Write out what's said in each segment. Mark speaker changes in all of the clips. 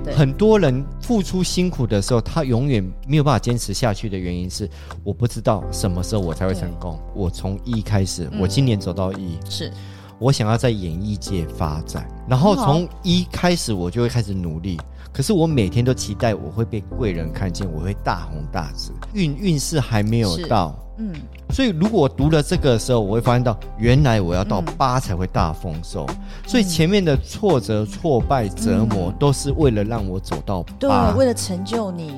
Speaker 1: 很多人付出辛苦的时候，他永远没有办法坚持下去的原因是，我不知道什么时候我才会成功。我从一开始，我今年走到一，
Speaker 2: 是
Speaker 1: 我想要在演艺界发展，然后从一开始我就会开始努力。可是我每天都期待我会被贵人看见，我会大红大紫，运势还没有到。所以如果我读了这个的时候，我会发现到原来我要到8才会大丰收。所以前面的挫折、挫败、折磨，都是为了让我走到8，
Speaker 2: 对，为了成就你。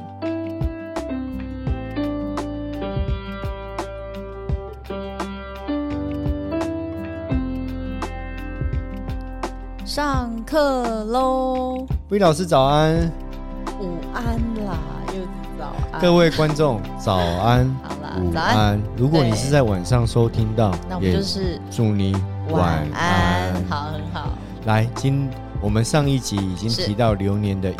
Speaker 2: 上课喽
Speaker 1: ，V 老师早安，
Speaker 2: 午安啦，又是早安，
Speaker 1: 各位观众早安，
Speaker 2: 好啦，
Speaker 1: 午
Speaker 2: 早安。
Speaker 1: 安。如果你是在晚上收听到，
Speaker 2: 那我们就是
Speaker 1: 祝你晚安。
Speaker 2: 好，很好。
Speaker 1: 来，我们上一集已经提到流年的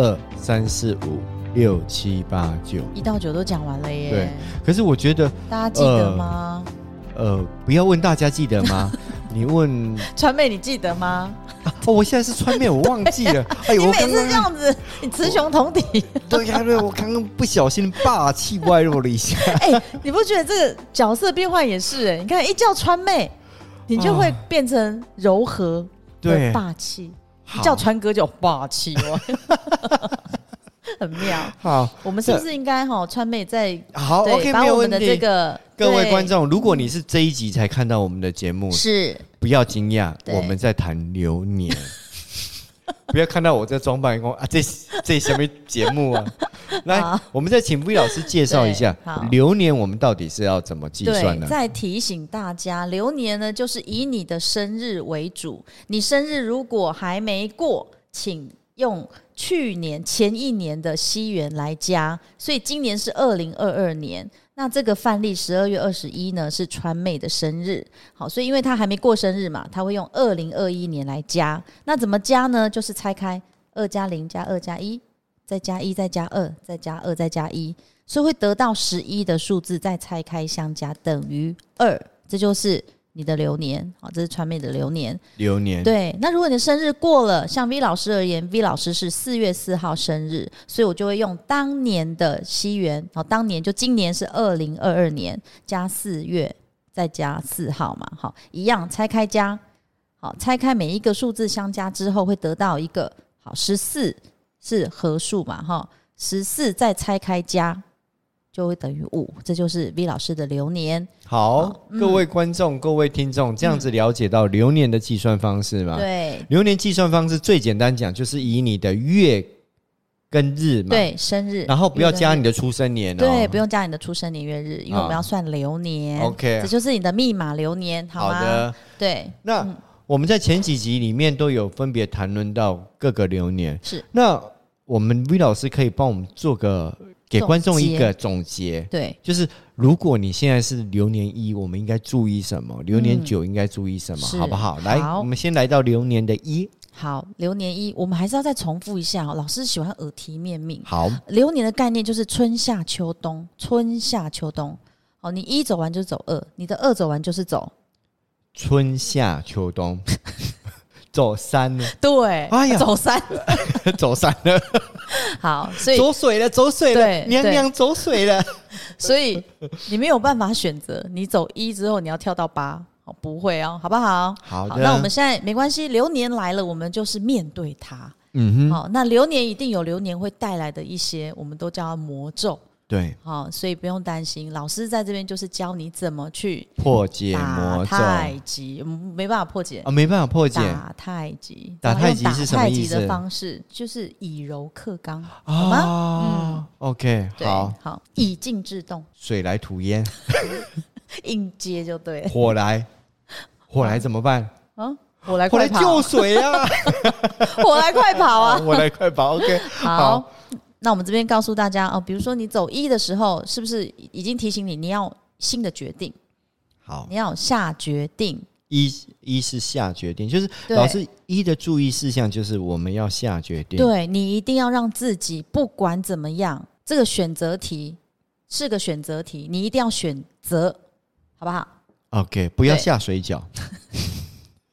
Speaker 1: 1、2、3、4、5、6、7、8、9，
Speaker 2: 1到9都讲完了耶。
Speaker 1: 对，可是我觉得
Speaker 2: 大家记得吗？
Speaker 1: 不要问大家记得吗？你问
Speaker 2: 川妹，你记得吗？
Speaker 1: 我现在是川妹，我忘记了。哎呦，
Speaker 2: 你每次这样子，你雌雄同体。
Speaker 1: 对呀，对，我刚刚不小心霸气外露了一下。
Speaker 2: 你不觉得这个角色变换也是？你看一叫川妹，你就会变成柔和的霸气；一叫川哥就霸气哦。很妙。
Speaker 1: 好，
Speaker 2: 我们是不是应该川妹在
Speaker 1: 好 OK 没有问题。
Speaker 2: 把我们的这个
Speaker 1: 各位观众，如果你是这一集才看到我们的节目，
Speaker 2: 是
Speaker 1: 不要惊讶，我们在谈流年。不要看到我这装扮说啊，这什么节目啊？来，我们再请 V 老师介绍一下流年，我们到底是要怎么计算呢？
Speaker 2: 再提醒大家，流年呢就是以你的生日为主，你生日如果还没过，请用去年前一年的西元来加，所以今年是2022年。那这个范例12月21呢是川妹的生日，好，所以因为她还没过生日嘛，她会用2021年来加。那怎么加呢？就是拆开2加0加2加1，再加1再加2再加2再加1，所以会得到11的数字，再拆开相加等于2，这就是你的流年。好，这是川妹的流年。
Speaker 1: 流年
Speaker 2: 对。那如果你的生日过了，像 V 老师而言， V 老师是4月4号生日，所以我就会用当年的西元，当年就今年是2022年加4月再加4号嘛，好，一样拆开加，好，拆开每一个数字相加之后会得到一个好14是合数嘛，14再拆开加就会等于5，这就是 V 老师的流年。
Speaker 1: 好，各位观众、各位听众，这样子了解到流年的计算方式吗？
Speaker 2: 对，
Speaker 1: 流年计算方式最简单讲，就是以你的月跟日嘛，
Speaker 2: 对，生日，
Speaker 1: 然后不要加你的出生年哦，
Speaker 2: 对，不用加你的出生年月日，因为我们要算流年。
Speaker 1: OK，
Speaker 2: 这就是你的密码流年，好吗？
Speaker 1: 好的，
Speaker 2: 对。
Speaker 1: 那我们在前几集里面都有分别谈论到各个流年，
Speaker 2: 是。
Speaker 1: 那我们 V 老师可以帮我们做个给观众一个总结，
Speaker 2: 对，
Speaker 1: 就是如果你现在是流年1，我们应该注意什么？流年9应该注意什么？好不好？来，我们先来到流年的1。
Speaker 2: 好，流年1，我们还是要再重复一下老师喜欢耳提面命。
Speaker 1: 好，
Speaker 2: 流年的概念就是春夏秋冬，春夏秋冬。好，你1走完就是走2，你的2走完就是走
Speaker 1: 春夏秋冬。走3呢？
Speaker 2: 对，哎呀，走3，
Speaker 1: 走3了。
Speaker 2: 好，所以
Speaker 1: 走水了，走水了，娘娘走水了。
Speaker 2: 所以你没有办法选择，你走1之后你要跳到8，不会哦，好不好？
Speaker 1: 好的。
Speaker 2: 那我们现在没关系，流年来了，我们就是面对它。好，那流年一定有流年会带来的一些，我们都叫它魔咒。
Speaker 1: 对，
Speaker 2: 好，所以不用担心，老师在这边就是教你怎么去
Speaker 1: 破解魔咒。
Speaker 2: 打太极，没办法破解
Speaker 1: 啊，没办法破解。
Speaker 2: 打太极，
Speaker 1: 打太极是什么意思？
Speaker 2: 打太极的方式就是以柔克刚，好吗
Speaker 1: ？OK，
Speaker 2: 好，以静制动，
Speaker 1: 水来土淹，
Speaker 2: 硬接就对了。
Speaker 1: 火来怎么办？
Speaker 2: 火来快跑，
Speaker 1: 救水啊！
Speaker 2: 火来快跑啊！
Speaker 1: 火来快跑 ，OK，
Speaker 2: 好。那我们这边告诉大家比如说你走1的时候，是不是已经提醒你，你要新的决定？好，你要下决定。一是下决定，就是老师1的注意事项就是我们要下决定。对，你一定要让自己不管怎么样，这个选择题是个选择题，你一定要选择，好不好
Speaker 1: ？OK， 不要下水饺。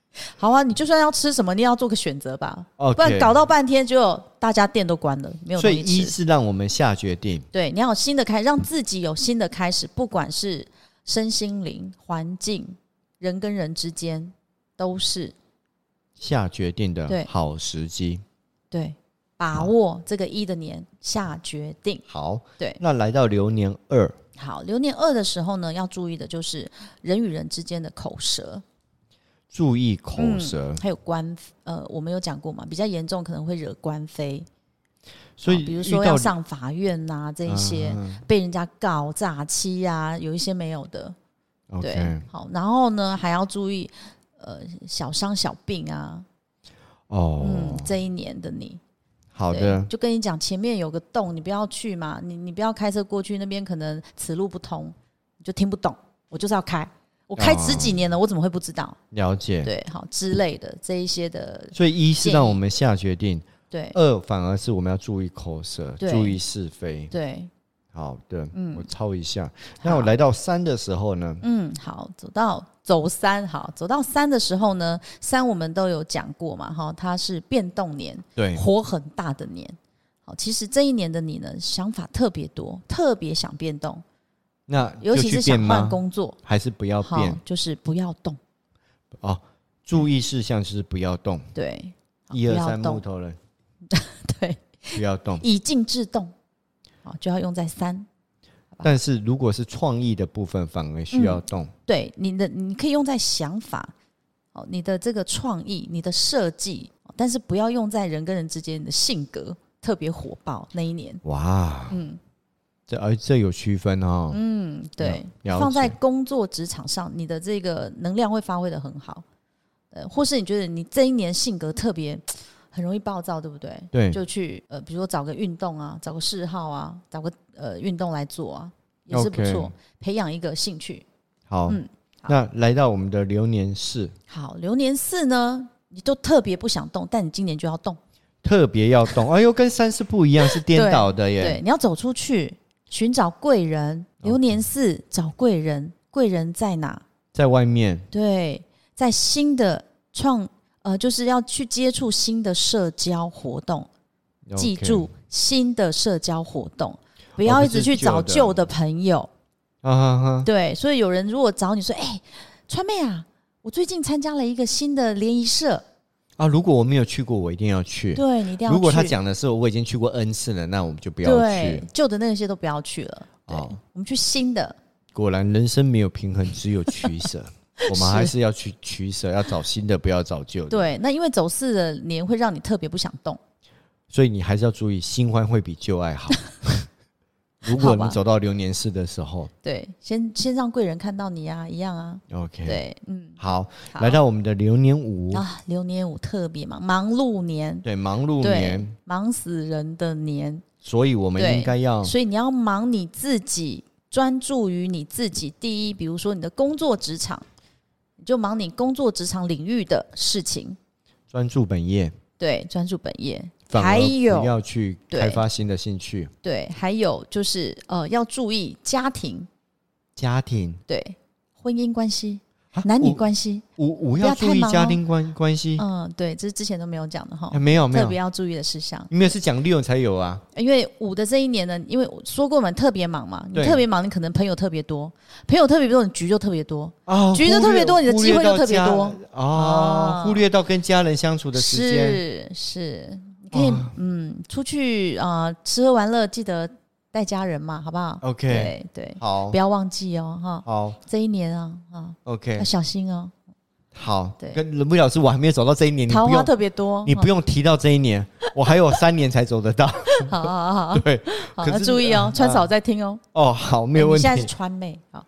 Speaker 2: 好啊，你就算要吃什么，你也要做个选择吧，
Speaker 1: Okay
Speaker 2: 不然搞到半天就大家店都关了，没有东
Speaker 1: 所以
Speaker 2: 西吃。
Speaker 1: 是让我们下决定，
Speaker 2: 对，你要有新的开始，让自己有新的开始，不管是身心灵、环境、人跟人之间，都是
Speaker 1: 下决定
Speaker 2: 对
Speaker 1: 的好时机。
Speaker 2: 对，把握这个1的年下决定。
Speaker 1: 好，
Speaker 2: 对，
Speaker 1: 那来到流年2，
Speaker 2: 好，流年2的时候呢，要注意的就是人与人之间的口舌，
Speaker 1: 注意口舌，
Speaker 2: 还有我们有讲过嘛，比较严重可能会惹官非，
Speaker 1: 所以
Speaker 2: 比如说要上法院呐、这一些、被人家告诈欺啊，有一些没有的。对，
Speaker 1: OK
Speaker 2: 好，然后呢还要注意小伤小病啊，这一年的你。
Speaker 1: 好的，
Speaker 2: 就跟你讲，前面有个洞，你不要去嘛，你不要开车过去，那边可能此路不通，你就听不懂。我就是要开，我开10几年了，我怎么会不知道？
Speaker 1: 了解，
Speaker 2: 对，好之类的这一些的。
Speaker 1: 所以1是让我们下决定，
Speaker 2: 对
Speaker 1: ，2反而是我们要注意口舌，注意是非。
Speaker 2: 对，
Speaker 1: 好的，我抄一下。那我来到3的时候呢？
Speaker 2: 好，走3，好，走到3的时候呢，3我们都有讲过嘛，哈，它是变动年，
Speaker 1: 对，
Speaker 2: 火很大的年。好，其实这一年的你呢，想法特别多，特别想变动。
Speaker 1: 那
Speaker 2: 尤其是想换工作，
Speaker 1: 还是不要变？
Speaker 2: 就是不要动。
Speaker 1: 哦，注意事项就是不要动。
Speaker 2: 对
Speaker 1: ，1、2、3木头人，
Speaker 2: 对，
Speaker 1: 不要动，
Speaker 2: 以静制动，好，就要用在3。
Speaker 1: 但是如果是创意的部分，反而需要动。
Speaker 2: 对，你可以用在想法，你的这个创意，你的设计，但是不要用在人跟人之间的性格特别火爆那一年。
Speaker 1: 哇，这有区分哦。
Speaker 2: 对，放在工作职场上，你的这个能量会发挥得很好。或是你觉得你这一年性格特别很容易暴躁，对不对？
Speaker 1: 对，
Speaker 2: 就去比如说找个运动啊，找个嗜好啊，找个运动来做啊，也是不错，培养一个兴趣。
Speaker 1: 好，那来到我们的流年4。
Speaker 2: 好，流年4呢，你都特别不想动，但你今年就要动，
Speaker 1: 特别要动。哎呦，跟3是不一样，是颠倒的耶。
Speaker 2: 对，你要走出去，寻找贵人。流年4找贵人，贵人在哪？
Speaker 1: 在外面。
Speaker 2: 对，在新的就是要去接触新的社交活动。记住，新的社交活动，不要一直去找旧的朋友。对，所以有人如果找你说：“川妹啊，我最近参加了一个新的联谊社
Speaker 1: 啊，如果我没有去过，我一定要去。
Speaker 2: 对，你一定要去。
Speaker 1: 如果他讲的是我已经去过 N 次了，那我们就不要去。
Speaker 2: 对，旧的那些都不要去了。对，我们去新的。
Speaker 1: 果然人生没有平衡，只有取舍。我们还是要去取舍，要找新的，不要找旧的。
Speaker 2: 对，那因为走4的年会让你特别不想动，
Speaker 1: 所以你还是要注意，新欢会比旧爱好。如果你走到流年4的时候，
Speaker 2: 对，先让贵人看到你啊，一样啊。
Speaker 1: OK，
Speaker 2: 对，
Speaker 1: 好，来到我们的流年5
Speaker 2: 啊，流年5特别忙碌年，
Speaker 1: 对，忙碌年，
Speaker 2: 忙死人的年，
Speaker 1: 所以我们应该要，
Speaker 2: 所以你要忙你自己，专注于你自己。第一，比如说你的工作职场，你就忙你工作职场领域的事情，
Speaker 1: 专注本业，
Speaker 2: 对，专注本业。
Speaker 1: 还有不要去开发新的兴趣。
Speaker 2: 对，还有就是要注意家庭，对，婚姻关系、男女关系，
Speaker 1: 我要注意家庭关系。
Speaker 2: 对，这是之前都没有讲的哈，
Speaker 1: 没有
Speaker 2: 特别要注意的事项。
Speaker 1: 因为是讲6才有啊，
Speaker 2: 因为5的这一年呢，因为说过我们特别忙嘛，你特别忙，你可能朋友特别多，你局就特别多，局就特别多，你的机会就特别多
Speaker 1: 忽略到跟家人相处的时间。
Speaker 2: 是。可以出去吃喝玩乐，记得带家人嘛，好不好
Speaker 1: ？OK，
Speaker 2: 对，
Speaker 1: 好，
Speaker 2: 不要忘记哦，哈。
Speaker 1: 好，
Speaker 2: 这一年
Speaker 1: OK，
Speaker 2: 要小心哦。
Speaker 1: 好，对，跟人不老师，我还没有走到这一年，
Speaker 2: 桃花特别多，
Speaker 1: 你不用提到这一年，我还有3年才走得到。
Speaker 2: 好，
Speaker 1: 对，
Speaker 2: 好，要注意哦，川嫂在听哦。
Speaker 1: 好，没有问题。
Speaker 2: 你现在是川妹，好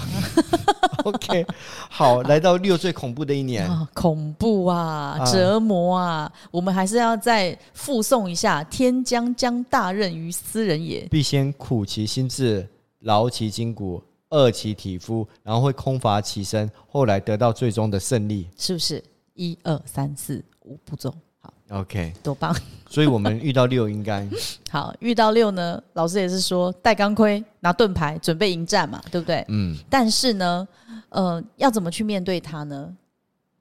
Speaker 1: OK， 好，来到6最恐怖的一年，
Speaker 2: 恐怖啊，折磨啊，我们还是要再附送一下：天将大任于斯人也，
Speaker 1: 必先苦其心志，劳其筋骨，饿其体肤，然后会空乏其身，后来得到最终的胜利，
Speaker 2: 是不是？1、2、3、4、5步骤，好
Speaker 1: ，OK，
Speaker 2: 多棒！
Speaker 1: 所以我们遇到6应该
Speaker 2: 好，遇到6呢，老师也是说带钢盔，拿盾牌，准备迎战嘛，对不对？但是呢，要怎么去面对它呢？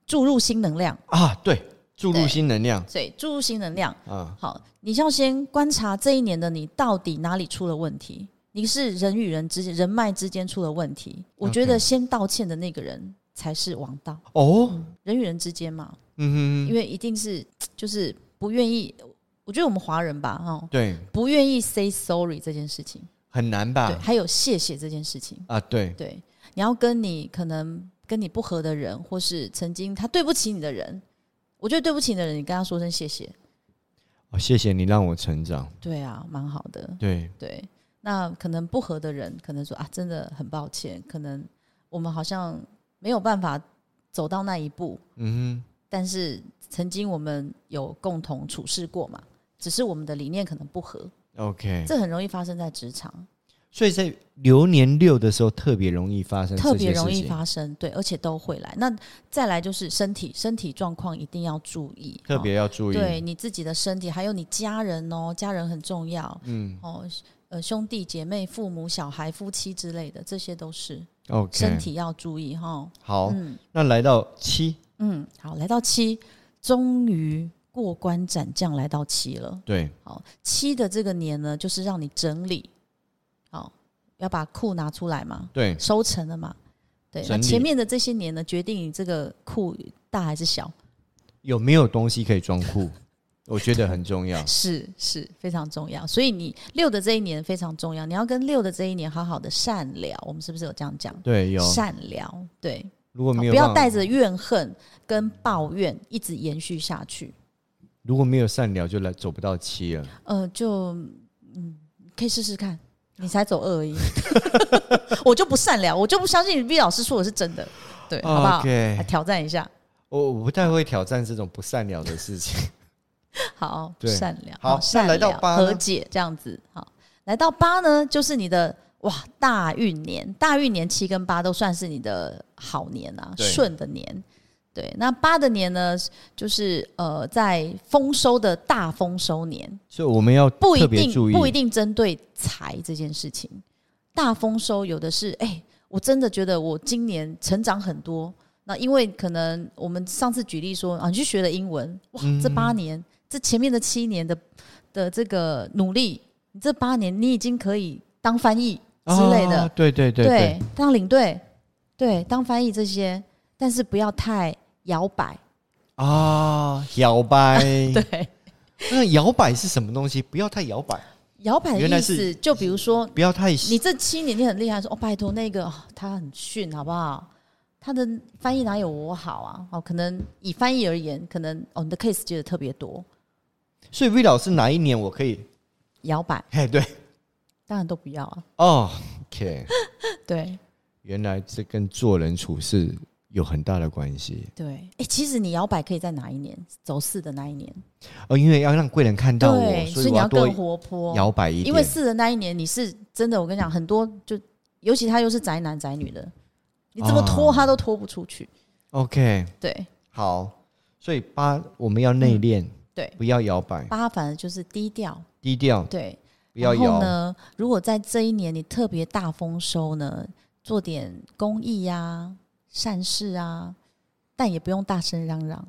Speaker 2: 注入新能量
Speaker 1: 啊，对，注入新能量，
Speaker 2: 对，注入新能量啊。好，你要先观察这一年的你到底哪里出了问题，你是人与人之间人脉之间出了问题，我觉得先道歉的那个人才是王道哦。人与人之间嘛，因为一定是就是不愿意，我觉得我们华人吧，
Speaker 1: 对，
Speaker 2: 不愿意 say sorry 这件事情
Speaker 1: 很难吧？
Speaker 2: 对，还有谢谢这件事情
Speaker 1: 啊，对
Speaker 2: 对，你要跟你可能跟你不合的人，或是曾经他对不起你的人，我觉得对不起你的人，你跟他说声谢谢。
Speaker 1: 哦，谢谢你让我成长。
Speaker 2: 对啊，蛮好的。
Speaker 1: 对
Speaker 2: 对，那可能不合的人，可能说啊，真的很抱歉，可能我们好像没有办法走到那一步。但是曾经我们有共同处事过嘛，只是我们的理念可能不合。
Speaker 1: OK，
Speaker 2: 这很容易发生在职场。
Speaker 1: 所以在流年6的时候特别容易发生这些事情，
Speaker 2: 特别容易发生，对，而且都会来。那再来就是身体状况一定要注意，
Speaker 1: 特别要注意，
Speaker 2: 对你自己的身体，还有你家人哦，家人很重要，兄弟姐妹、父母、小孩、夫妻之类的，这些都是
Speaker 1: OK，
Speaker 2: 身体要注意哈。
Speaker 1: 好，那来到7，
Speaker 2: 好，来到7，终于过关斩将，来到7了。
Speaker 1: 对，
Speaker 2: 好，7的这个年呢，就是让你整理。要把库拿出来嘛，
Speaker 1: 对，
Speaker 2: 收成了嘛，对。那前面的这些年呢，决定你这个库大还是小，
Speaker 1: 有没有东西可以装库，我觉得很重要，
Speaker 2: 是非常重要。所以你6的这一年非常重要，你要跟6的这一年好好的善聊。我们是不是有这样讲？
Speaker 1: 对，有
Speaker 2: 善聊，对。
Speaker 1: 如果没有，
Speaker 2: 不要带着怨恨跟抱怨一直延续下去。
Speaker 1: 如果没有善聊，就走不到7了。
Speaker 2: 可以试试看。你才走2而已，我就不善良，我就不相信 V 老师说的是真的，对，好不好？来挑战一下。我
Speaker 1: 不太会挑战这种不善良的事情。
Speaker 2: 好，善良，
Speaker 1: 好，善来到8，
Speaker 2: 和解这样子。好，来到8呢，就是你的大运年，大运年7跟8都算是你的好年啊，顺的年。对，那8的年呢，就是在丰收的大丰收年，
Speaker 1: 所以我们要特别注意，
Speaker 2: 不一定针对财这件事情。大丰收有的是，我真的觉得我今年成长很多。那因为可能我们上次举例说啊，你去学了英文，这8年，这前面的7年的这个努力，你这8年你已经可以当翻译之类的，对，当领队，对，当翻译这些，但是不要太摇摆
Speaker 1: 啊，摇摆
Speaker 2: 对，
Speaker 1: 那摇摆是什么东西？不要太摇摆。
Speaker 2: 摇摆的意思，就比如说，
Speaker 1: 不要太
Speaker 2: 你这7年你很厉害，说拜托那个他很逊，好不好？他的翻译哪有我好啊？可能以翻译而言，可能你的 case 接的特别多。
Speaker 1: 所以 V 老师哪一年我可以
Speaker 2: 摇摆？
Speaker 1: 对，
Speaker 2: 当然都不要啊。
Speaker 1: OK，
Speaker 2: 对，
Speaker 1: 原来这跟做人处事有很大的关系。
Speaker 2: 对，其实你摇摆可以在哪一年？走4的那一年。
Speaker 1: 因为要让贵人看到我，
Speaker 2: 所以你要更活泼，
Speaker 1: 摇摆一点。
Speaker 2: 因为4的那一年，你是真的，我跟你讲，很多就尤其他又是宅男宅女的，你怎么拖他都拖不出去。
Speaker 1: OK，
Speaker 2: 对，
Speaker 1: 好，所以8我们要内敛，
Speaker 2: 对，
Speaker 1: 不要摇摆。
Speaker 2: 8反而就是低调，
Speaker 1: 对，不要摇。
Speaker 2: 然后呢，如果在这一年你特别大丰收呢，做点公益啊、善事啊，但也不用大声嚷嚷。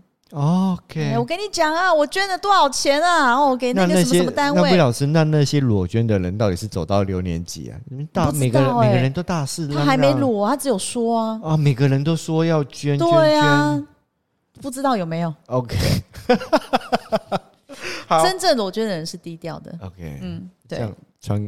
Speaker 1: OK，
Speaker 2: 我跟你讲啊，我捐了多少钱啊？给那个什么什么单位。
Speaker 1: 那魏老师，那些裸捐的人到底是走到流年几啊？每个人都大肆嚷嚷，
Speaker 2: 他还没裸，他只有说啊。
Speaker 1: 每个人都说要捐，
Speaker 2: 对啊，不知道有没有
Speaker 1: ？OK，
Speaker 2: 真正裸捐的人是低调的。
Speaker 1: OK，
Speaker 2: 对，
Speaker 1: 这样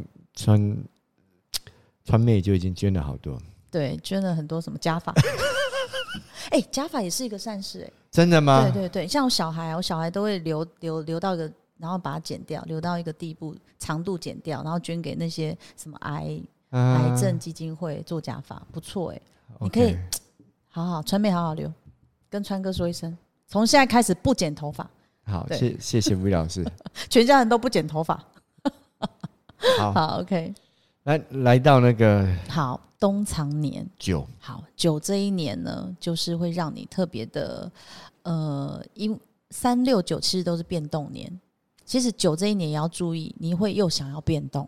Speaker 1: 川妹就已经捐了好多。
Speaker 2: 对，捐了很多什么家法。家法也是一个善事。
Speaker 1: 真的吗？
Speaker 2: 对，像我小孩都会留到一个，然后把它剪掉，留到一个地步，长度剪掉，然后捐给那些什么癌症基金会做假发，不错你可以好川妹好好留，跟川哥说一声，从现在开始不剪头发。
Speaker 1: 好，谢谢魏老师，
Speaker 2: 全家人都不剪头发。好 OK，
Speaker 1: 来到那个
Speaker 2: 好冬藏年
Speaker 1: 9，
Speaker 2: 好9这一年呢，就是会让你特别的因3、6、9其实都是变动年。其实9这一年也要注意，你会又想要变动。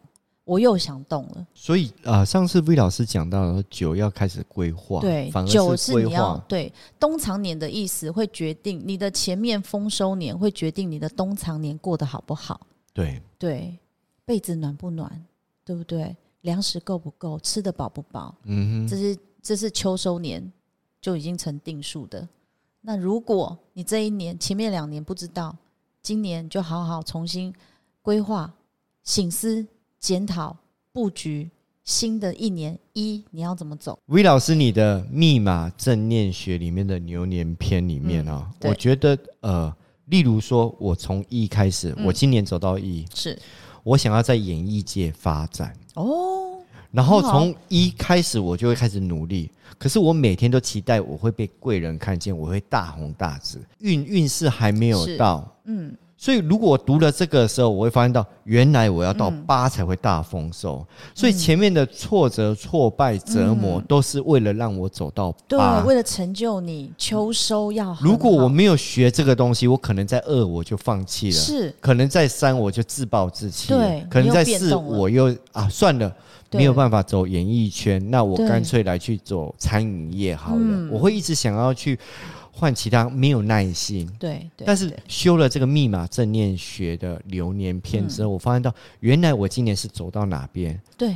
Speaker 2: 我又想动了。
Speaker 1: 所以上次 V 老师讲到了9要开始规划，
Speaker 2: 对，
Speaker 1: 反而
Speaker 2: 9
Speaker 1: 是规
Speaker 2: 是你要
Speaker 1: 划。
Speaker 2: 对冬藏年的意思，会决定你的前面丰收年，会决定你的冬藏年过得好不好。
Speaker 1: 对
Speaker 2: 对，被子暖不暖，对不对？粮食够不够，吃得饱不饱？这是秋收年就已经成定数的。那如果你这一年前面2年不知道，今年就好好重新规划、省思、检讨、布局。新的一年你要怎么走
Speaker 1: ？V 老师，你的密码正念学里面的牛年篇里面我觉得例如说，我从1开始，我今年走到1，
Speaker 2: 是
Speaker 1: 我想要在演艺界发展
Speaker 2: 哦。
Speaker 1: 然后从1开始，我就会开始努力。可是我每天都期待我会被贵人看见，我会大红大紫，运势还没有到。所以如果我读了这个的时候，我会发现到原来我要到8才会大丰收。所以前面的挫折、挫败、折磨，都是为了让我走到8。
Speaker 2: 对，为了成就你秋收要很好。
Speaker 1: 如果我没有学这个东西，我可能在2我就放弃了，
Speaker 2: 是
Speaker 1: 可能在3我就自暴自弃了，
Speaker 2: 对，
Speaker 1: 可能在4我又算了。没有办法走演艺圈，那我干脆来去走餐饮业好了。我会一直想要去换其他，没有耐心。
Speaker 2: 对，
Speaker 1: 但是修了这个密码正念学的流年篇之后，我发现到原来我今年是走到哪边。
Speaker 2: 对，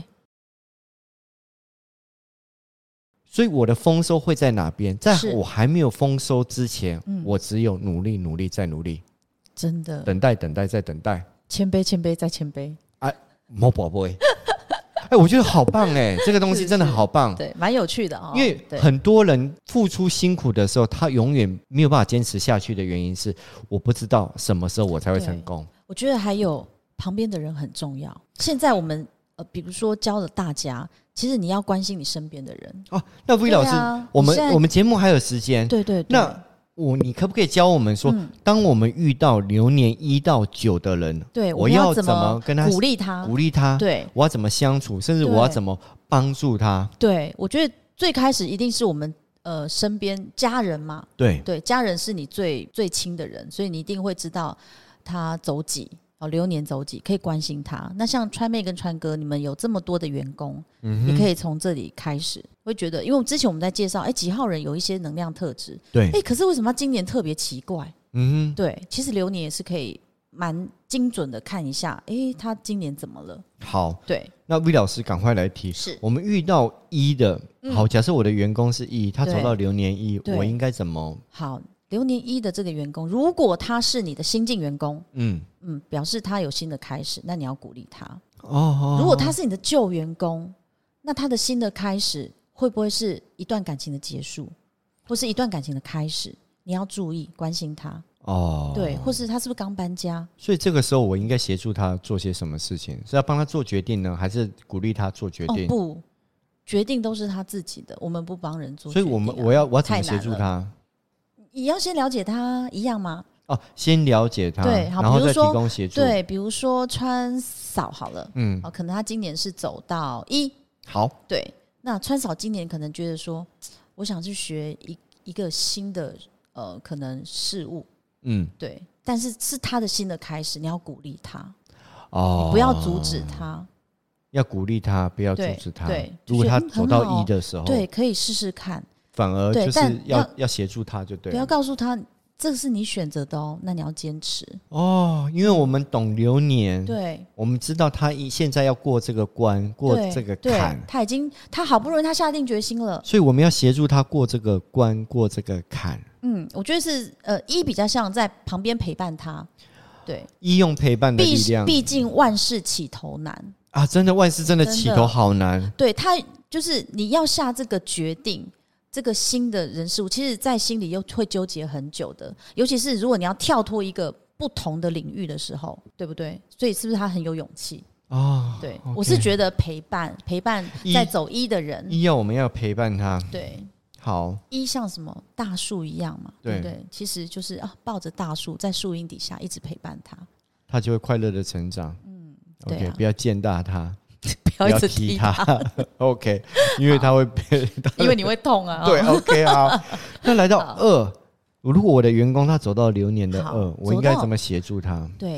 Speaker 1: 所以我的丰收会在哪边？在我还没有丰收之前，我只有努力、努力再努力，
Speaker 2: 真的
Speaker 1: 等待、等待再等待，
Speaker 2: 谦卑、谦卑再谦卑。
Speaker 1: 没宝贝。我觉得好棒这个东西真的好棒，
Speaker 2: 对，蛮有趣的
Speaker 1: 因为很多人付出辛苦的时候，他永远没有办法坚持下去的原因是，我不知道什么时候我才会成功。
Speaker 2: 我觉得还有旁边的人很重要。现在我们比如说教了大家，其实你要关心你身边的人。
Speaker 1: 那 V 老师，我们节目还有时间，
Speaker 2: 对，
Speaker 1: 那你可不可以教我们说，当我们遇到流年1到9的人，
Speaker 2: 对，
Speaker 1: 我要怎么跟他
Speaker 2: 鼓励他？对，
Speaker 1: 我要怎么相处，甚至我要怎么帮助他？
Speaker 2: 对，我觉得最开始一定是我们身边家人嘛，对，家人是你最亲的人，所以你一定会知道他走几。流年走几，可以关心他。那像川妹跟川哥，你们有这么多的员工，也可以从这里开始。会觉得，因为之前我们在介绍，几号人有一些能量特质，
Speaker 1: 对，
Speaker 2: 可是为什么今年特别奇怪？对，其实流年也是可以蛮精准的看一下，他今年怎么了？
Speaker 1: 好，
Speaker 2: 对，
Speaker 1: 那 V 老师赶快来提，
Speaker 2: 是
Speaker 1: 我们遇到1的，好，假设我的员工是1，他走到流年1，我应该怎么？
Speaker 2: 好。流年1的这个员工，如果他是你的新进员工，表示他有新的开始，那你要鼓励他。如果他是你的旧员工，那他的新的开始会不会是一段感情的结束，或是一段感情的开始？你要注意关心他。对，或是他是不是刚搬家？
Speaker 1: 所以这个时候我应该协助他做些什么事情？是要帮他做决定呢，还是鼓励他做决定？
Speaker 2: 不，决定都是他自己的，我们不帮人做决定。
Speaker 1: 所以我要怎么协助他？
Speaker 2: 你要先了解他一样吗？
Speaker 1: 先了解他，
Speaker 2: 对，好，
Speaker 1: 然后再提供协助。
Speaker 2: 对，比如说川嫂好了，可能他今年是走到1，
Speaker 1: 好，
Speaker 2: 对，那川嫂今年可能觉得说，我想去学一个新的可能事物，对，但是是他的新的开始，你要鼓励他，你不要阻止他，
Speaker 1: 要鼓励他，不要阻止他。
Speaker 2: 对，
Speaker 1: 如果他走到1的时候，
Speaker 2: 对，可以试试看。
Speaker 1: 反而就是要协助他就对了，
Speaker 2: 不要告诉他这是你选择的那你要坚持
Speaker 1: 因为我们懂流年，
Speaker 2: 对，
Speaker 1: 我们知道他现在要过这个关，过这个坎，
Speaker 2: 他好不容易他下定决心了，
Speaker 1: 所以我们要协助他过这个关，过这个坎。
Speaker 2: 我觉得是1比较像在旁边陪伴他，对，1
Speaker 1: 用陪伴的力量，
Speaker 2: 毕竟万事起头难
Speaker 1: 真的万事真的起头好难，
Speaker 2: 对，他就是你要下这个决定。这个新的人事物，其实在心里又会纠结很久的，尤其是如果你要跳脱一个不同的领域的时候，对不对？所以是不是他很有勇气？对，我是觉得陪伴在走1的人，
Speaker 1: 我们要陪伴他，
Speaker 2: 对，
Speaker 1: 好
Speaker 2: ，1像什么大树一样嘛，对不对？其实就是抱着大树在树荫底下一直陪伴他，
Speaker 1: 他就会快乐的成长。
Speaker 2: 对，
Speaker 1: 不要践踏他。
Speaker 2: 不要一直踢他
Speaker 1: OK， 因为他会
Speaker 2: 因为你会痛啊。
Speaker 1: 对 OK 好，那来到2，如果我的员工他走到流年的2，我应该怎么协助他？
Speaker 2: 对，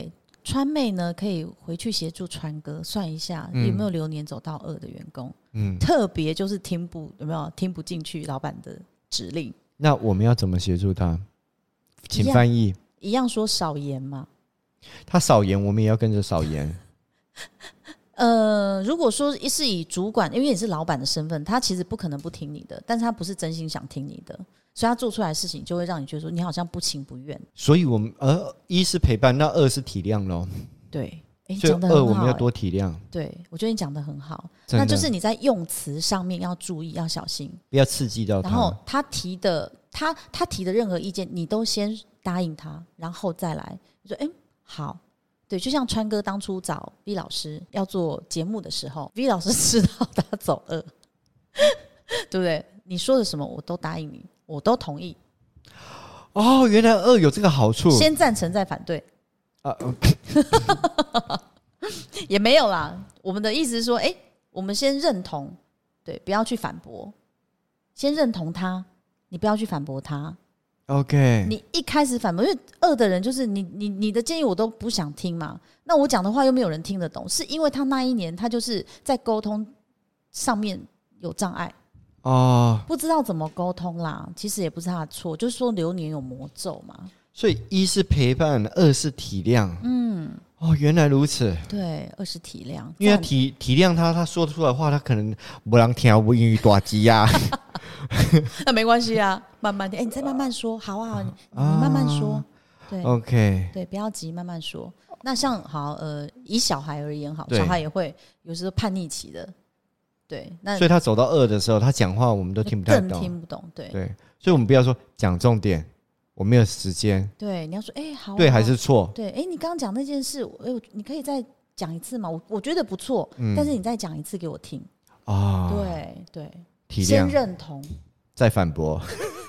Speaker 2: 川妹呢可以回去协助川哥算一下有没有流年走到2的员工，特别就是有没有听不进去老板的指令。那
Speaker 1: 我们要怎么协助他？请翻译。
Speaker 2: 一样说少言嘛，
Speaker 1: 他少言，我们也要跟着少言。
Speaker 2: 如果说是以主管，因为你是老板的身份，他其实不可能不听你的，但是他不是真心想听你的，所以他做出来的事情就会让你觉得说你好像不情不愿。
Speaker 1: 所以我们1是陪伴，那2是体谅咯。
Speaker 2: 对，
Speaker 1: 所以2我们要多体谅。
Speaker 2: 对，我觉得你讲得很好，那就是你在用词上面要注意，要小心，
Speaker 1: 不要刺激到他。
Speaker 2: 然后他提的任何意见，你都先答应他，然后再来你说好。对，就像川哥当初找 V 老师要做节目的时候 ，V 老师知道他走2，对不对？你说的什么我都答应你，我都同意。
Speaker 1: 哦，原来2有这个好处，
Speaker 2: 先赞成再反对也没有啦。我们的意思是说，我们先认同，对，不要去反驳，先认同他，你不要去反驳他。
Speaker 1: OK，
Speaker 2: 你一开始反驳，因为2的人就是你的建议我都不想听嘛，那我讲的话又没有人听得懂，是因为他那一年他就是在沟通上面有障碍不知道怎么沟通啦。其实也不是他的错，就是说流年有魔咒嘛。
Speaker 1: 所以1是陪伴，2是体谅。原来如此。
Speaker 2: 对，2是体谅，
Speaker 1: 因为体谅他说出来的话，他可能没人听，不英语大鸡啊。
Speaker 2: 那没关系啊，慢慢听。你再慢慢说，好啊，你慢慢说。对
Speaker 1: ，OK，
Speaker 2: 对，不要急，慢慢说。那像以小孩而言，小孩也会有时候叛逆期的。对，那
Speaker 1: 所以他走到2的时候，他讲话我们都听不太懂，
Speaker 2: 更听不懂。对，
Speaker 1: 所以我们不要说讲重点，我没有时间。
Speaker 2: 对，你要说好
Speaker 1: 对还是错？
Speaker 2: 对，你刚刚讲那件事，你可以再讲一次吗？我觉得不错，但是你再讲一次给我听。对，
Speaker 1: 体谅，
Speaker 2: 先认同，
Speaker 1: 再反驳。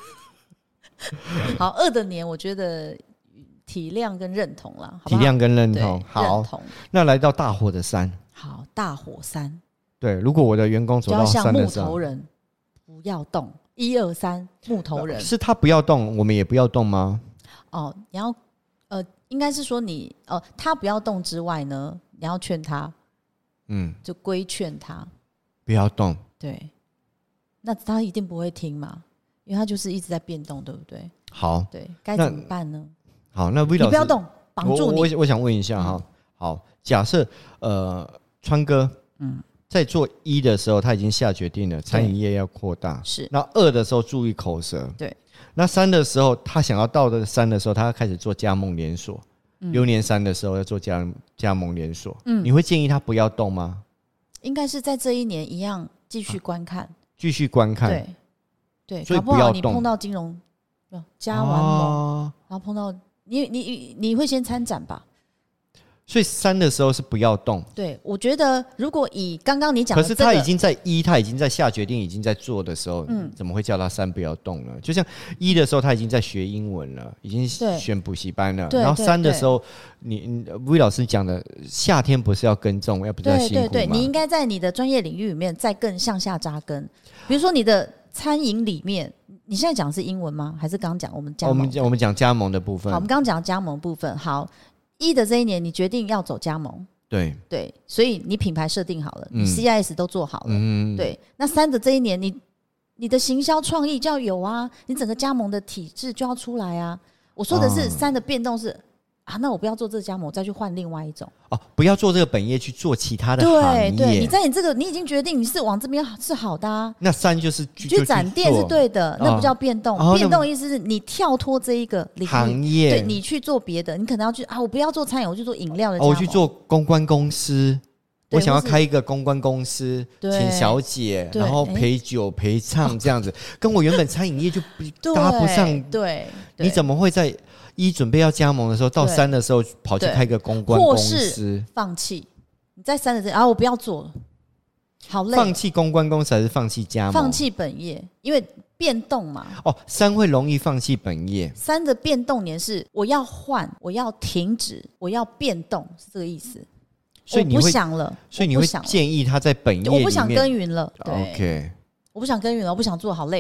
Speaker 2: 好，2的年，我觉得体谅跟认同啦，好不好？
Speaker 1: 体谅跟认同，好。那来到大火的3，
Speaker 2: 好，大火3。
Speaker 1: 对，如果我的员工走到3的时候，
Speaker 2: 就要像木头人，不要动。1、2、3，木头人
Speaker 1: 是他不要动，我们也不要动吗？
Speaker 2: 你要应该是说他不要动之外呢，你要劝他，就规劝他
Speaker 1: 不要动。
Speaker 2: 对，那他一定不会听嘛，因为他就是一直在变动，对不对？
Speaker 1: 好，
Speaker 2: 对，该怎么办呢？
Speaker 1: 好，那 V 老师
Speaker 2: 你不要动，绑住你。
Speaker 1: 我想问一下哈，好，假设川哥在做1的时候，他已经下决定了，餐饮业要扩大。
Speaker 2: 是。
Speaker 1: 那2的时候注意口舌。
Speaker 2: 对。
Speaker 1: 那3的时候，他想要到的3的时候，他要开始做加盟连锁。流年3的时候要做加盟连锁。你会建议他不要动吗？
Speaker 2: 应该是在这一年一样继续观看。
Speaker 1: 继续观看。
Speaker 2: 对，
Speaker 1: 所以不要动。
Speaker 2: 你碰到金融加完盟，然后碰到你会先参展吧？
Speaker 1: 所以3的时候是不要动。
Speaker 2: 对，我觉得如果以刚刚你讲的
Speaker 1: 可是他已经在他已经在下决定，已经在做的时候，怎么会叫他3不要动呢？就像1的时候，他已经在学英文了，已经选补习班了。然后3的时候，你 V 老师讲的夏天不是要耕种，要不是要辛苦吗？
Speaker 2: 对，你应该在你的专业领域里面再更向下扎根。比如说你的餐饮里面，你现在讲的是英文吗？还是刚刚讲我们加盟？
Speaker 1: 我们讲加盟的部分。
Speaker 2: 好，我们刚刚讲加盟部分。好。1的这一年，你决定要走加盟，对，所以你品牌设定好了，你 CIS 都做好了，对。那3的这一年，你的行销创意就要有啊，你整个加盟的体制就要出来啊。我说的是3的变动是那我不要做这个加盟，我再去换另外一种。
Speaker 1: 不要做这个本业，去做其他的行业。
Speaker 2: 对，你在你这个，你已经决定你是往这边是好的啊。
Speaker 1: 那3就是
Speaker 2: 去展店是对的，那不叫变动。变动的意思是你跳脱这一个领域
Speaker 1: 行业，
Speaker 2: 对，你去做别的，你可能要去我不要做餐饮，我去做饮料的加盟。
Speaker 1: 我去做公关公司。我想要开一个公关公司，请小姐，然后陪酒陪唱这样子，跟我原本餐饮业就搭不上。
Speaker 2: 对，
Speaker 1: 你怎么会在1准备要加盟的时候，到3的时候跑去开个公关公司，或是
Speaker 2: 放弃？你在3的时候我不要做了，好累。
Speaker 1: 放弃公关公司还是放弃加盟？
Speaker 2: 放弃本业，因为变动嘛。
Speaker 1: 3会容易放弃本业。
Speaker 2: 3的变动年是我要换，我要停止，我要变动，是这个意思。
Speaker 1: 所以你会
Speaker 2: 我不想了，
Speaker 1: 所以你会建议他在本业里面，
Speaker 2: 我不想耕耘了。
Speaker 1: OK，
Speaker 2: 我不想耕耘了，我不想做，好累。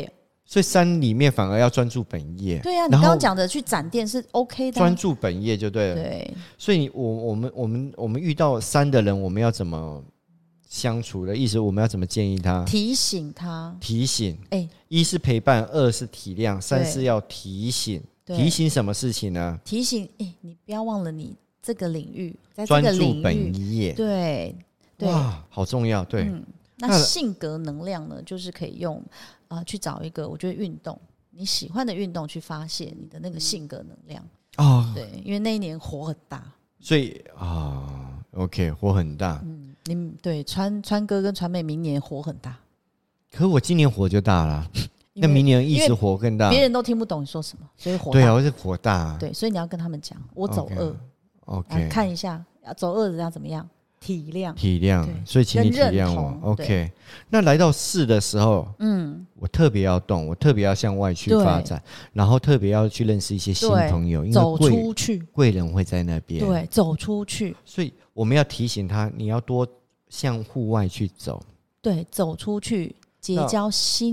Speaker 1: 所以山里面反而要专注本业。
Speaker 2: 对啊，你刚刚讲的去展店是 OK 的，
Speaker 1: 专注本业就对了。
Speaker 2: 对，
Speaker 1: 所以我们遇到山的人，我们要怎么相处的意思？我们要怎么建议他？
Speaker 2: 提醒他，
Speaker 1: 提醒。一是陪伴，二是体谅，三是要提醒。提醒什么事情呢？
Speaker 2: 提醒你不要忘了你这个领域，在这个领域
Speaker 1: 专注本业。
Speaker 2: 对，
Speaker 1: 哇，好重要。对，
Speaker 2: 那性格能量呢，就是可以用去找一个我觉得运动，你喜欢的运动去发泄你的那个性格能量。对，因为那一年火很大，
Speaker 1: 所以OK， 火很大。
Speaker 2: 你对川哥跟川妹明年火很大，
Speaker 1: 可是我今年火就大了，那明年一直火更大，
Speaker 2: 别人都听不懂你说什么，所以火大。
Speaker 1: 对啊，我是火大。
Speaker 2: 对，所以你要跟他们讲，我走2。
Speaker 1: OK，
Speaker 2: 看一下走2的要怎么样？体谅，
Speaker 1: 所以请你体谅我。OK， 那来到4的时候，我特别要动，我特别要向外去发展，然后特别要去认识一些新朋友，因为
Speaker 2: 走出去，
Speaker 1: 贵人会在那边。
Speaker 2: 对，走出去。
Speaker 1: 所以我们要提醒他，你要多向户外去走。
Speaker 2: 对，走出去，结交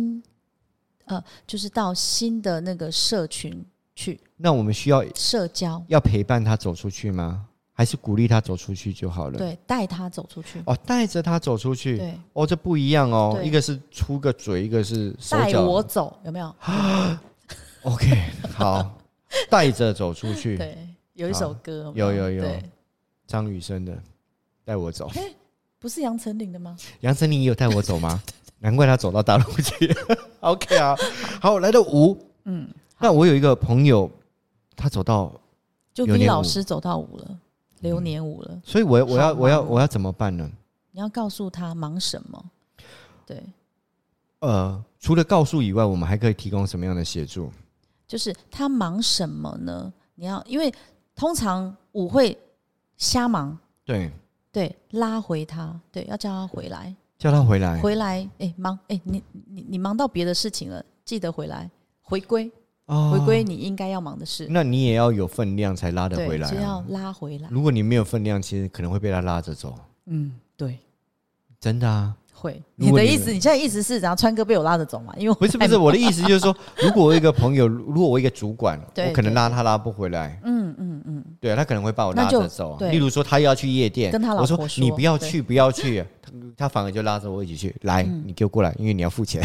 Speaker 2: 就是到新的那个社群去。
Speaker 1: 那我们需要
Speaker 2: 社交，
Speaker 1: 要陪伴他走出去吗？还是鼓励他走出去就好了？
Speaker 2: 对，带他走出去。
Speaker 1: 带着他走出去。
Speaker 2: 对，
Speaker 1: 这不一样哦。一个是出个嘴，一个是手脚。
Speaker 2: 带我走，有没有
Speaker 1: ？OK， 好，带着走出去。
Speaker 2: 对，有一首歌，
Speaker 1: 有，张雨生的《带我走》。
Speaker 2: 不是杨丞琳的吗？
Speaker 1: 杨丞琳也有带我走吗？难怪他走到大陆去。OK 啊，好，来到5。那我有一个朋友，他走到
Speaker 2: 就比老师走到5了。流年5了，
Speaker 1: 所以我要怎么办呢？
Speaker 2: 你要告诉他忙什么？对，
Speaker 1: 除了告诉以外，我们还可以提供什么样的协助？
Speaker 2: 就是他忙什么呢？因为通常5会瞎忙，对，拉回他，对，要叫他回来，回来，忙，你忙到别的事情了，记得回来，回归你应该要忙的事。
Speaker 1: 那你也要有分量才拉得回来，
Speaker 2: 就要拉回来。
Speaker 1: 如果你没有分量，其实可能会被他拉着走。
Speaker 2: 对，
Speaker 1: 真的啊，
Speaker 2: 会。你的意思，你现在意思是，然后川哥被我拉着走嘛？因为
Speaker 1: 不是我的意思就是说，如果我一个朋友，如果我一个主管，我可能拉他拉不回来。对，他可能会把我拉着走。例如说，他要去夜店，
Speaker 2: 跟他老婆说
Speaker 1: 你不要去，不要去，他反而就拉着我一起去。来，你给我过来，因为你要付钱。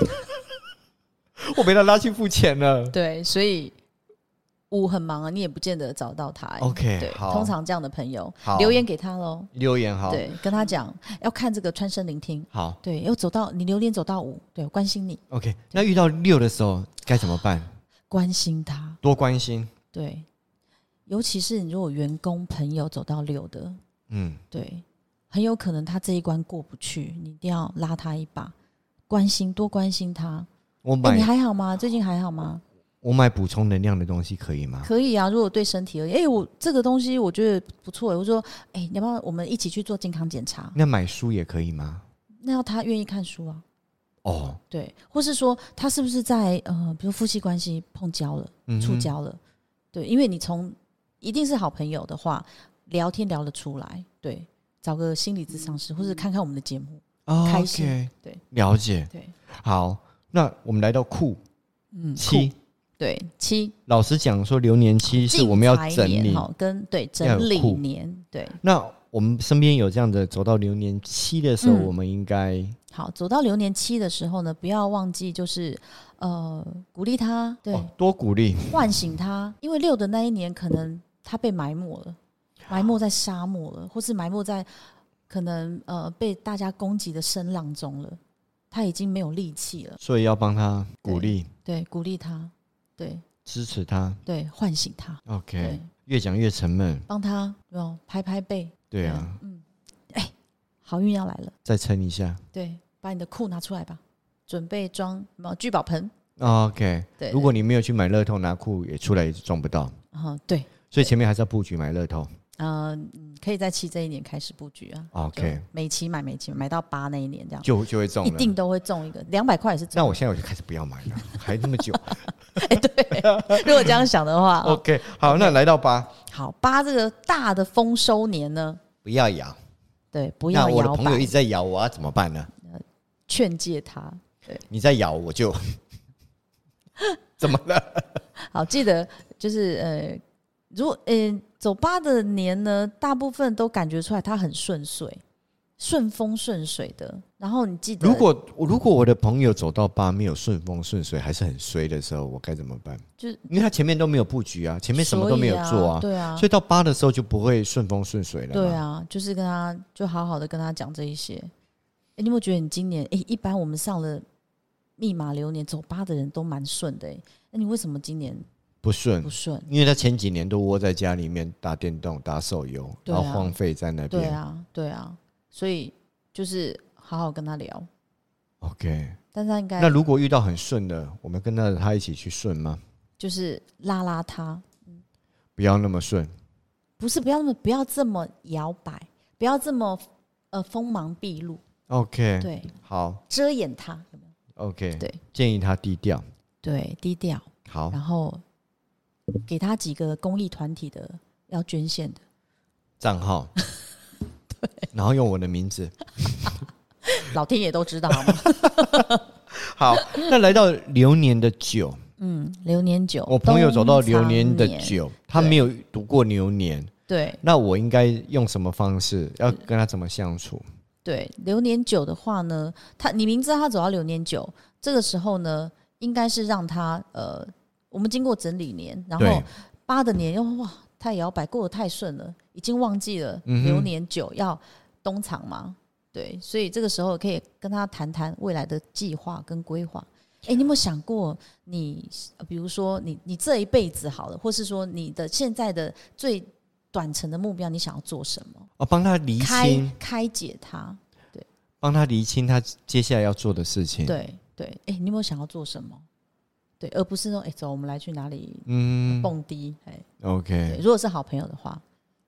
Speaker 1: 我被他拉去付钱了。
Speaker 2: 对，所以5很忙啊，你也不见得找到他。
Speaker 1: OK，
Speaker 2: 对，
Speaker 1: 好，
Speaker 2: 通常这样的朋友留言给他咯。
Speaker 1: 留言好，
Speaker 2: 对，跟他讲要看这个穿身聆听。
Speaker 1: 好，
Speaker 2: 对，要你留言走到5，对，我关心你。
Speaker 1: OK， 那遇到6的时候该怎么办？
Speaker 2: 关心他，
Speaker 1: 多关心。对，
Speaker 2: 尤其是你如果员工朋友走到6的，对，很有可能他这一关过不去，你一定要拉他一把，多关心他。你还好吗？最近还好吗？
Speaker 1: 我买补充能量的东西可以吗？
Speaker 2: 可以啊，如果对身体而言，我这个东西我觉得不错。我说，你要不要我们一起去做健康检查？
Speaker 1: 那买书也可以吗？
Speaker 2: 那要他愿意看书啊。对，或是说他是不是在比如夫妻关系碰交了、触礁了？对，因为你一定是好朋友的话，聊天聊得出来。对，找个心理咨商师，或是看看我们的节目，开心。对，
Speaker 1: 了解。
Speaker 2: 对，
Speaker 1: 好。那我们来到库7，
Speaker 2: 对7，
Speaker 1: 老师讲说流年7是我们要整理，
Speaker 2: 整理年，对。
Speaker 1: 那我们身边有这样的走到流年7的时候，我们应该
Speaker 2: 好走到流年7的时候呢，不要忘记就是鼓励他，对，
Speaker 1: 多鼓励，
Speaker 2: 唤醒他，因为6的那一年可能他被埋没了，埋没在沙漠了，或是埋没在可能被大家攻击的声浪中了。他已经没有力气了，
Speaker 1: 所以要帮他鼓励，
Speaker 2: 对，鼓励他，对，
Speaker 1: 支持他，
Speaker 2: 对，唤醒他。
Speaker 1: OK， 越讲越沉闷，
Speaker 2: 帮他拍拍背，
Speaker 1: 对啊，
Speaker 2: 好运要来了，
Speaker 1: 再撑一下，
Speaker 2: 对，把你的库拿出来吧，准备装聚宝盆。
Speaker 1: OK， 对，如果你没有去买乐透，拿库也出来也装不到，
Speaker 2: 对，
Speaker 1: 所以前面还是要布局买乐透。
Speaker 2: 可以在7这一年开始布局啊。
Speaker 1: OK，
Speaker 2: 每期买到8那一年这样
Speaker 1: 就会中了，
Speaker 2: 一定都会中一个200块也是中。
Speaker 1: 那我现在就开始不要买了，还那么久。
Speaker 2: 对，如果这样想的话
Speaker 1: ，OK， 好，那来到8，
Speaker 2: 好，8这个大的丰收年呢，
Speaker 1: 不要摇，
Speaker 2: 对，不要摇摆。
Speaker 1: 那我的朋友一直在摇，我要怎么办呢？
Speaker 2: 劝诫他，对，
Speaker 1: 你在摇我就怎么了？
Speaker 2: 好，记得就是如果走8的年呢，大部分都感觉出来他很顺遂、顺风顺水的。然后你记得，如
Speaker 1: 果我的朋友走到8没有顺风顺水，还是很衰的时候，我该怎么办？就是因为他前面都没有布局啊，前面什么都没有做啊，
Speaker 2: 对啊，
Speaker 1: 所以到8的时候就不会顺风顺水了。
Speaker 2: 对啊，就是跟他就好好的跟他讲这一些。你有没有觉得你今年一般我们上了密码流年走8的人都蛮顺的那你为什么今年不顺？
Speaker 1: 因为他前几年都窝在家里面打电动、打手游，然后荒废在那边。
Speaker 2: 对啊，所以就是好好跟他聊。
Speaker 1: OK，
Speaker 2: 但是他应该，
Speaker 1: 那如果遇到很顺的，我们跟他一起去顺吗？
Speaker 2: 就是拉他，
Speaker 1: 不要那么顺。
Speaker 2: 不是不要这么摇摆，不要这么锋芒毕露。
Speaker 1: OK，
Speaker 2: 对，
Speaker 1: 好，
Speaker 2: 遮掩他有没有
Speaker 1: ？OK，
Speaker 2: 对，
Speaker 1: 建议他低调。
Speaker 2: 对，低调。
Speaker 1: 好，
Speaker 2: 然后给他几个公益团体的要捐献的
Speaker 1: 账号，对，然后用我的名字，
Speaker 2: 老天爷都知道好吗？
Speaker 1: 好，那来到流年的9，
Speaker 2: 流年9，
Speaker 1: 我朋友走到流年的9，他没有读过流年，
Speaker 2: 对，
Speaker 1: 那我应该用什么方式？要跟他怎么相处？
Speaker 2: 对，流年9的话呢，你明知道他走到流年9，这个时候呢，应该是让他我们经过整理年，然后8的年又哇太摇摆，过得太顺了，已经忘记了流年9要东厂嘛，对，所以这个时候可以跟他谈谈未来的计划跟规划。你有没有想过比如说你这一辈子好了，或是说你的现在的最短程的目标，你想要做什么？帮他厘清、开解他，对，
Speaker 1: 帮他厘清他接下来要做的事情。
Speaker 2: 对，你有没有想要做什么？对，而不是说走，我们来去哪里蹦迪
Speaker 1: ？OK，
Speaker 2: 如果是好朋友的话，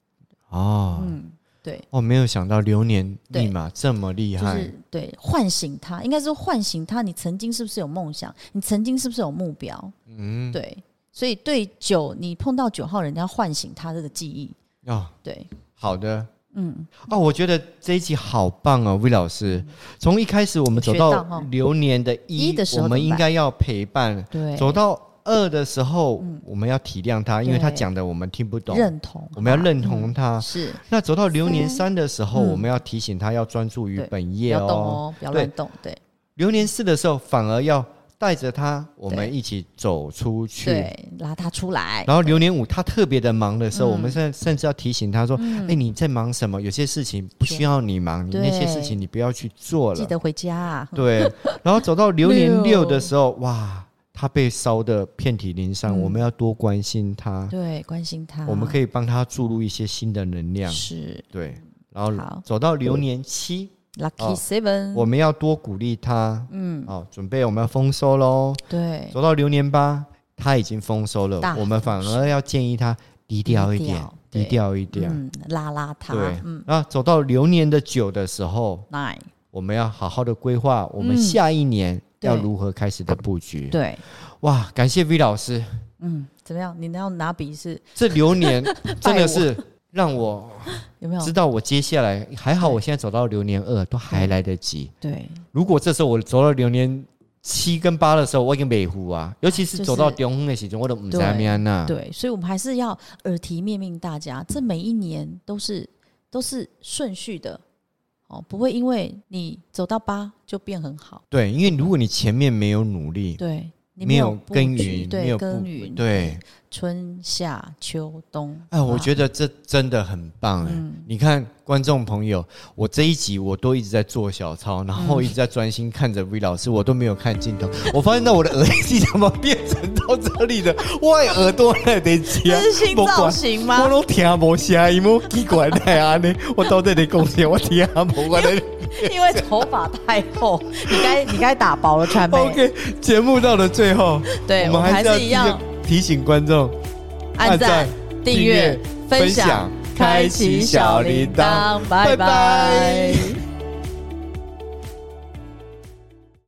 Speaker 2: 对，
Speaker 1: 没有想到流年密码这么厉害，
Speaker 2: 就是对唤醒他，应该是唤醒他，你曾经是不是有梦想？你曾经是不是有目标？对。所以对9，你碰到9号人，你要唤醒他这个记忆。对，
Speaker 1: 好的，我觉得这一集好棒哦，魏老师。从一开始我们走到流年的1的时候，我们应该要陪伴；对，走到2的时候，我们要体谅他，因为他讲的我们听不懂，
Speaker 2: 认同，
Speaker 1: 我们要认同他。
Speaker 2: 是。
Speaker 1: 那走到流年3的时候，我们要提醒他要专注于本业
Speaker 2: 不要动哦，不要乱动。对。
Speaker 1: 流年4的时候，反而要带着他，我们一起走出去，
Speaker 2: 对，拉他出来。
Speaker 1: 然后流年5他特别的忙的时候，我们甚至要提醒他说：“你在忙什么？有些事情不需要你忙，你那些事情你不要去做了，
Speaker 2: 记得回家啊。”
Speaker 1: 对。然后走到流年6的时候，哇，他被烧得遍体鳞伤，我们要多关心他，
Speaker 2: 对，关心他，
Speaker 1: 我们可以帮他注入一些新的能量，
Speaker 2: 是，
Speaker 1: 对。然后走到流年7。Lucky
Speaker 2: 7，
Speaker 1: 我们要多鼓励他。准备我们要丰收喽。
Speaker 2: 对，
Speaker 1: 走到流年8，他已经丰收了，我们反而要建议他低调一点，低调一点，
Speaker 2: 拉他。
Speaker 1: 对，那走到流年的9的时候，我们要好好的规划我们下一年要如何开始的布局。
Speaker 2: 对，
Speaker 1: 哇，感谢 V 老师。
Speaker 2: 怎么样？你要拿笔是？
Speaker 1: 这流年真的是。让我
Speaker 2: 有没有
Speaker 1: 知道我接下来还好，我现在走到流年2都还来得及。
Speaker 2: 对，
Speaker 1: 如果这时候我走到流年7跟8的时候，我已经没糊啊，尤其是走到中风的时候，我都不知道怎么样啊。
Speaker 2: 对，所以我们还是要耳提面命大家，这每一年都是顺序的不会因为你走到8就变很好。
Speaker 1: 对，因为如果你前面没有努力，
Speaker 2: 对，你
Speaker 1: 没有耕耘，
Speaker 2: 没有耕耘，
Speaker 1: 对。
Speaker 2: 春夏秋冬，
Speaker 1: 我觉得这真的很棒。你看观众朋友，我这一集我都一直在做小操，然后一直在专心看着 V 老师，我都没有看镜头。我发现到我的耳机怎么变成到这里的，我的耳朵在得讲，
Speaker 2: 这是新造型吗？
Speaker 1: 我都听不声音，我奇怪在安尼，我到底在讲什么？我听不过来。
Speaker 2: 因为头发太厚，你该打薄了传媒。
Speaker 1: OK， 节目到了最后，
Speaker 2: 对，我们还是一样
Speaker 1: 提醒观众
Speaker 2: 按赞、订阅、分享、开启小铃铛，拜拜。